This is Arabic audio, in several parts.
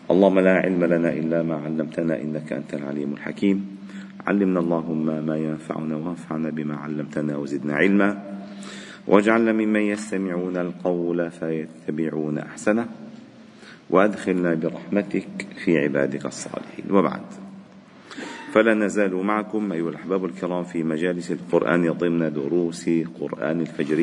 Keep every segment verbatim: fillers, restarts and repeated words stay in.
اللهم لا علم لنا إلا ما علمتنا إنك أنت العليم الحكيم. علمنا اللهم ما ينفعنا وانفعنا بما علمتنا وزدنا علما، واجعلنا ممن يستمعون القول فيتبعون أحسنه، وأدخلنا برحمتك في عبادك الصالحين. وبعد، فلا نزال معكم أيها الأحباب الكرام في مجالس القرآن ضمن دروس قرآن الفجر،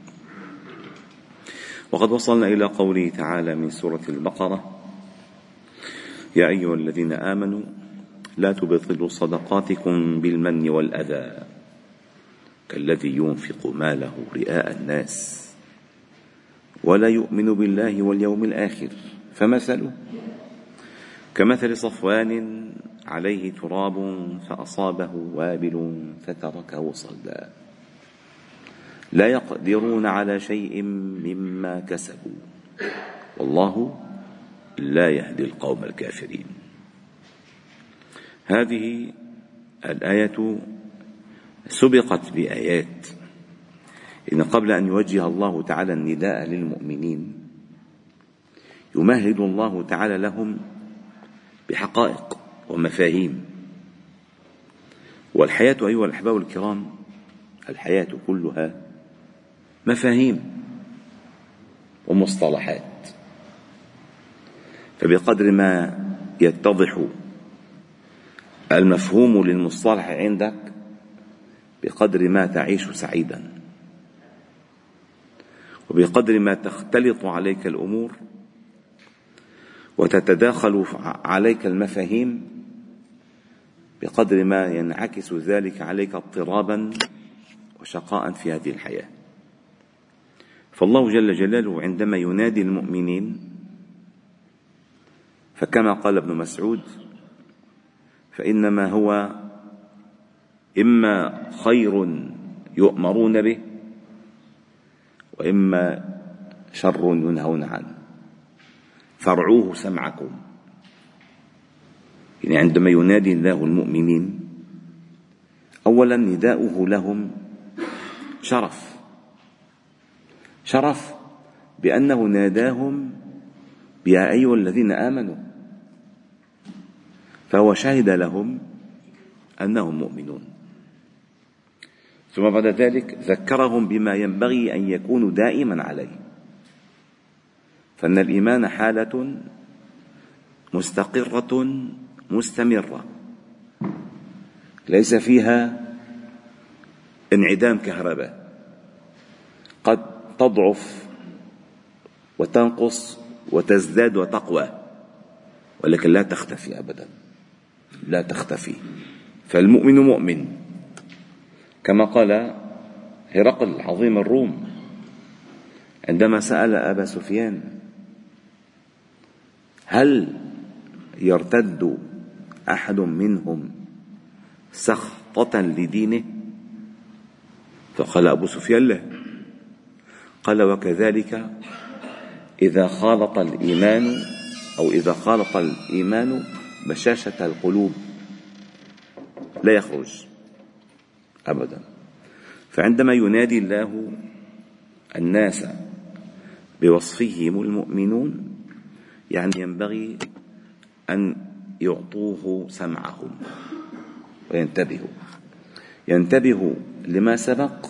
وقد وصلنا إلى قوله تعالى من سورة البقرة: يا أيها الذين آمنوا لا تبطلوا صدقاتكم بالمن والأذى كالذي ينفق ماله رئاء الناس ولا يؤمن بالله واليوم الآخر فمثله كمثل صفوان عليه تراب فأصابه وابل فتركه صلدا لا يقدرون على شيء مما كسبوا والله لا يهدي القوم الكافرين. هذه الآية سبقت بآيات، إن قبل أن يوجه الله تعالى النداء للمؤمنين يمهد الله تعالى لهم بحقائق ومفاهيم. والحياة أيها الأحباب الكرام، الحياة كلها مفاهيم ومصطلحات، فبقدر ما يتضح المفهوم للمصطلح عندك بقدر ما تعيش سعيدا، وبقدر ما تختلط عليك الأمور وتتداخل عليك المفاهيم بقدر ما ينعكس ذلك عليك اضطرابا وشقاء في هذه الحياة. فالله جل جلاله عندما ينادي المؤمنين، فكما قال ابن مسعود: فإنما هو إما خير يؤمرون به وإما شر ينهون عنه فارعوه سمعكم. يعني عندما ينادي الله المؤمنين، أولا نداؤه لهم شرف شرف بأنه ناداهم يا أيها الذين آمنوا، فهو شهد لهم أنهم مؤمنون. ثم بعد ذلك ذكرهم بما ينبغي أن يكونوا دائما عليه، فإن الإيمان حالة مستقرة مستمرة ليس فيها انعدام كهرباء، قد تضعف وتنقص وتزداد وتقوى، ولكن لا تختفي أبدا، لا تختفي. فالمؤمن مؤمن، كما قال هرقل عظيم الروم عندما سأل أبا سفيان: هل يرتد أحد منهم سخطة لدينه؟ فقال أبو سفيان: لا. قال: وكذلك إذا خالط الإيمان أو إذا خالط الإيمان بشاشة القلوب لا يخرج أبدا. فعندما ينادي الله الناس بوصفهم المؤمنون، يعني ينبغي أن يعطوه سمعهم وينتبهوا ينتبهوا لما سبق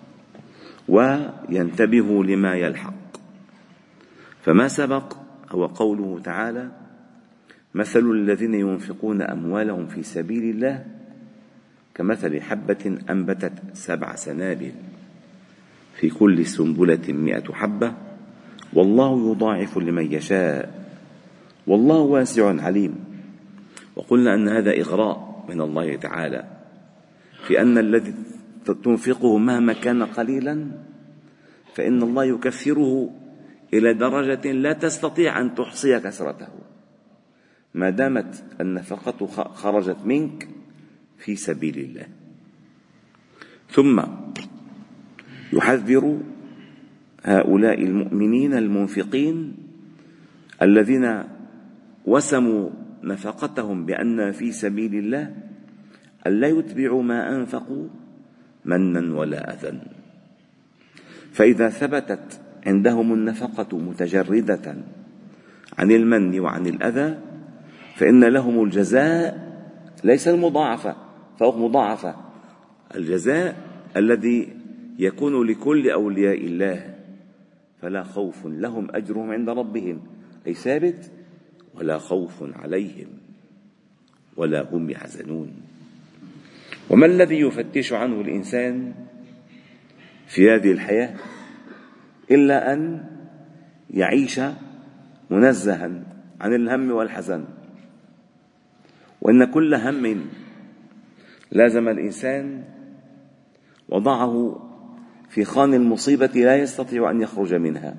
وينتبهوا لما يلحق. فما سبق هو قوله تعالى: مثل الذين ينفقون أموالهم في سبيل الله كمثل حبة أنبتت سبع سنابل في كل سنبلة مئة حبة والله يضاعف لمن يشاء والله واسع عليم. وقلنا أن هذا إغراء من الله تعالى في أن الذي تنفقه مهما كان قليلا فإن الله يكثره إلى درجة لا تستطيع أن تحصي كثرته، ما دامت النفقة خرجت منك في سبيل الله. ثم يحذر هؤلاء المؤمنين المنفقين الذين وسموا نفقتهم بأن في سبيل الله ألا يتبعوا ما أنفقوا منا ولا أذى. فإذا ثبتت عندهم النفقة متجردة عن المن وعن الأذى فإن لهم الجزاء، ليس المضاعفة فوق مضاعفة، الجزاء الذي يكون لكل أولياء الله، فلا خوف لهم أجرهم عند ربهم أي ثابت، ولا خوف عليهم ولا هم يحزنون. وما الذي يفتش عنه الإنسان في هذه الحياة إلا أن يعيش منزها عن الهم والحزن، وإن كل هم لازم الإنسان وضعه في خان المصيبة لا يستطيع أن يخرج منها،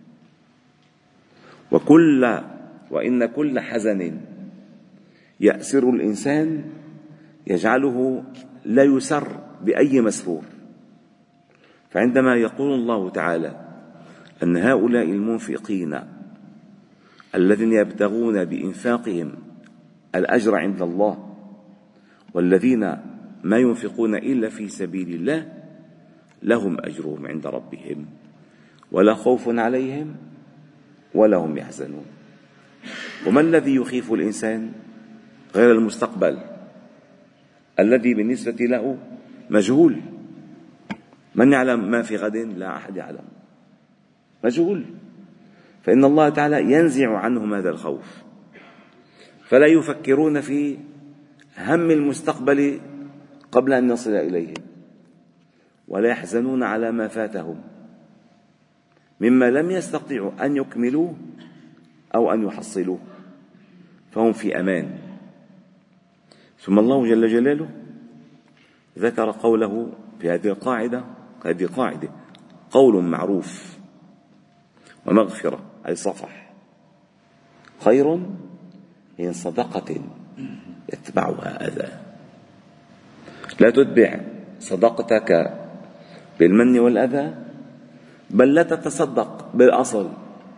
وكل وإن كل حزن يأسر الإنسان يجعله لا يسر بأي مسرور. فعندما يقول الله تعالى أن هؤلاء المنفقين الذين يبتغون بإنفاقهم الأجر عند الله، والذين ما ينفقون إلا في سبيل الله، لهم أجرهم عند ربهم ولا خوف عليهم ولا هم يحزنون. وما الذي يخيف الإنسان غير المستقبل الذي بالنسبة له مجهول؟ من يعلم ما في غد؟ لا أحد يعلم، مجهول. فإن الله تعالى ينزع عنهم هذا الخوف، فلا يفكرون في هم المستقبل قبل أن نصل إليه، ولا يحزنون على ما فاتهم مما لم يستطيعوا أن يكملوه أو أن يحصلوه، فهم في أمان. ثم الله جل جلاله ذكر قوله في هذه القاعدة، هذه قاعدة قول معروف ومغفرة أي صفح خير من صدقة يتبعها أذى. لا تتبع صدقتك بالمن والأذى، بل لا تتصدق بالأصل،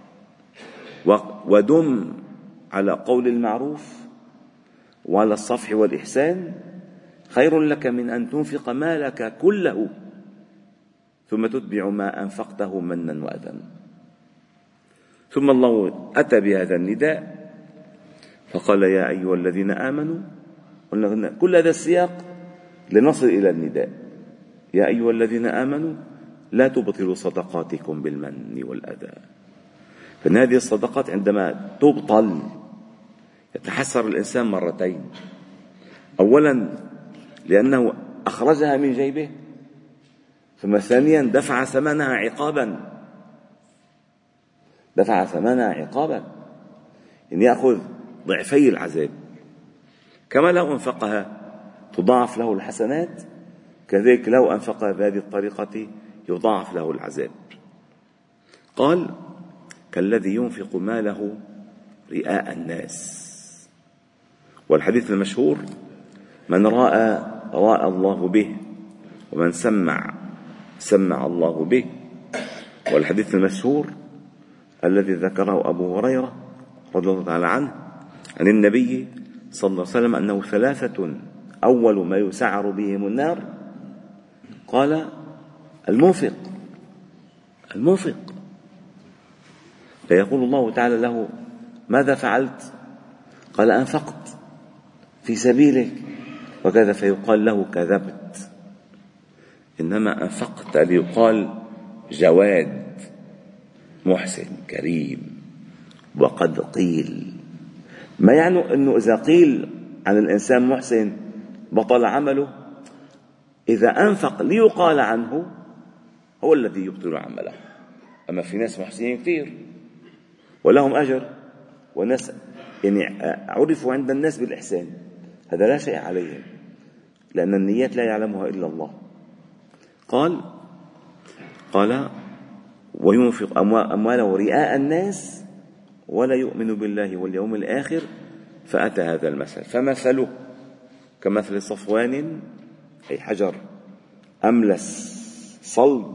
ودم على قول المعروف وعلى الصفح والإحسان، خير لك من أن تنفق مالك كله ثم تتبع ما أنفقته منا وأذى. ثم الله أتى بهذا النداء فقال يا أيها الذين آمنوا، كل هذا السياق لنصل إلى النداء، يا أيها الذين آمنوا لا تبطلوا صدقاتكم بالمن والأذى. فإن هذه الصدقات عندما تبطل يتحسر الإنسان مرتين، أولا لأنه أخرجها من جيبه، ثم ثانيا دفع ثمنها عقابا، دفع ثمنها عقابا إن يأخذ ضعفي العذاب. كما لو أنفقها تضاعف له الحسنات، كذلك لو أنفقها بهذه الطريقة يضاعف له العذاب. قال كالذي ينفق ماله رئاء الناس. والحديث المشهور من رأى رأى الله به، ومن سمع سمع الله به. والحديث المشهور الذي ذكره أبو هريرة رضي الله تعالى عنه عن النبي صلى الله عليه وسلم أنه ثلاثة أول ما يسعر بهم النار، قال المنفق المنفق فيقول الله تعالى له ماذا فعلت؟ قال أنفقت في سبيلك وكذا، فيقال له كذبت، إنما أنفقت ليقال جواد محسن كريم. وقد قيل، ما يعني أنه إذا قيل عن الإنسان محسن بطل عمله، إذا أنفق ليقال عنه هو الذي يبطل عمله. أما في ناس محسنين كثير ولهم أجر، وناس يعني عرفوا عند الناس بالإحسان، هذا لا شيء عليهم لأن النيات لا يعلمها إلا الله. قال قال وينفق أمواله رئاء الناس ولا يؤمن بالله واليوم الآخر، فأتى هذا المثل فمثله كمثل صفوان أي حجر أملس صلب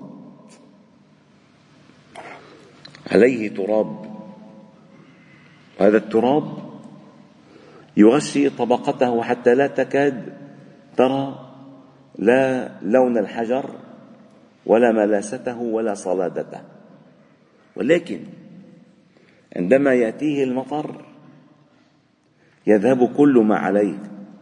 عليه تراب، هذا التراب يغشي طبقته حتى لا تكاد ترى لا لون الحجر ولا ملاسته ولا صلادته. ولكن عندما يأتيه المطر يذهب كل ما عليه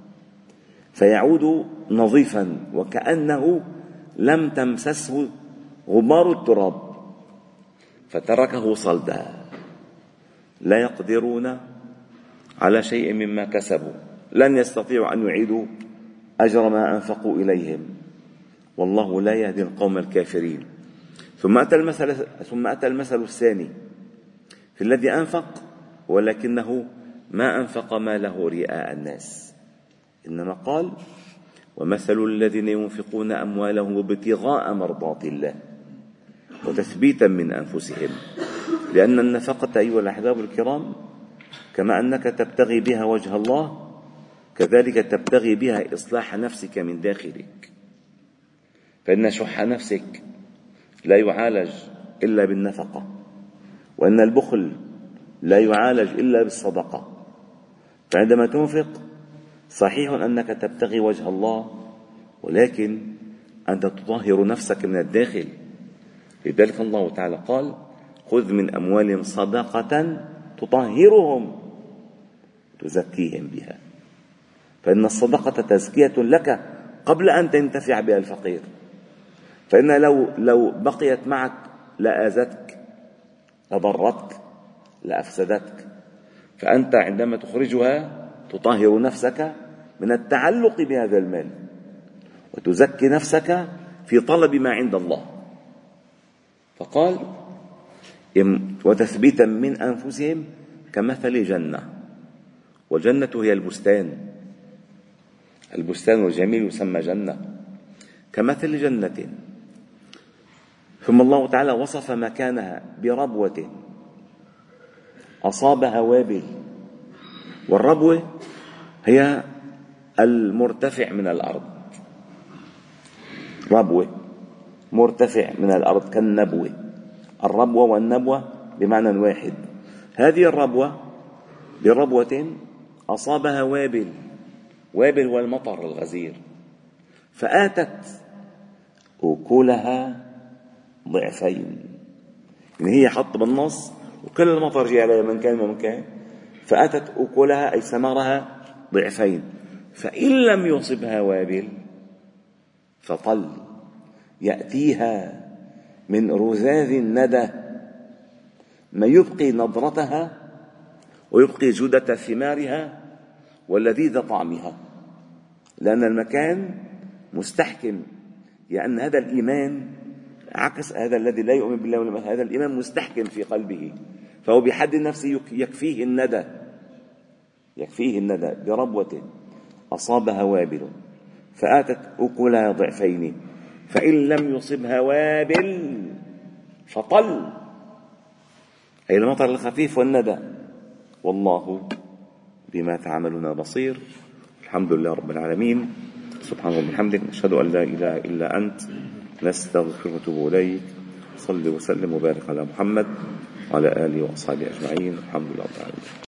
فيعود نظيفا وكأنه لم تمسسه غبار التراب، فتركه صلدا، لا يقدرون على شيء مما كسبوا، لن يستطيعوا أن يعيدوا أجر ما أنفقوا إليهم، والله لا يهدي القوم الكافرين. ثم أتى المثل, ثم أتى المثل الثاني في الذي أنفق ولكنه ما أنفق ماله رئاء الناس، إنما قال: ومثل الذين ينفقون أموالهم ابتغاء مرضات الله وتثبيتا من أنفسهم. لأن النفقة أيها الأحباب الكرام كما أنك تبتغي بها وجه الله كذلك تبتغي بها إصلاح نفسك من داخلك، فإن شح نفسك لا يعالج إلا بالنفقة، وإن البخل لا يعالج إلا بالصدقة. فعندما تنفق صحيح أنك تبتغي وجه الله، ولكن أنت تطهر نفسك من الداخل. لذلك الله تعالى قال: خذ من أموالهم صدقة تطهرهم تزكيهم بها. فإن الصدقة تزكية لك قبل أن تنتفع بها الفقير، فإن لو, لو بقيت معك لآذتك لضرتك لأفسدتك، فأنت عندما تخرجها تطهر نفسك من التعلق بهذا المال وتزكي نفسك في طلب ما عند الله. فقال: وتثبيتا من أنفسهم كمثل جنة، والجنة هي البستان، البستان الجميل يسمى جنة، كمثل جنة. ثم الله تعالى وصف مكانها بربوة أصابها وابل، والربوة هي المرتفع من الأرض، ربوة مرتفع من الأرض كالنبوة، الربوة والنبوة بمعنى واحد. هذه الربوة بربوة أصابها وابل، وابل والمطر الغزير، فآتت أكلها ضعفين، يعني هي حط بالنص وكل المطر جاء عليها من كان ومن كان، فآتت أكلها أي ثمرها ضعفين. فإن لم يصبها وابل فطل، يأتيها من رذاذ الندى ما يبقي نضرتها ويبقي جودة ثمارها ولذيذ طعمها، لأن المكان مستحكم. يعني هذا الإيمان عكس هذا الذي لا يؤمن بالله واليوم الآخر، هذا الإيمان مستحكم في قلبه، فهو بحد نفسه يكفيه الندى، يكفيه الندى بربوة أصابها وابل فآتت أكلها ضعفين فإن لم يصبها وابل فطل، أي المطر الخفيف والندى. والله بما تعملون بصير. الحمد لله رب العالمين، سبحانه وبحمدك، نشهد أن لا إله إلا أنت، نستغفرك ونتوب إليك. صل وسلم وبارك على محمد وعلى آله وأصحابه أجمعين. الحمد لله رب العالمين.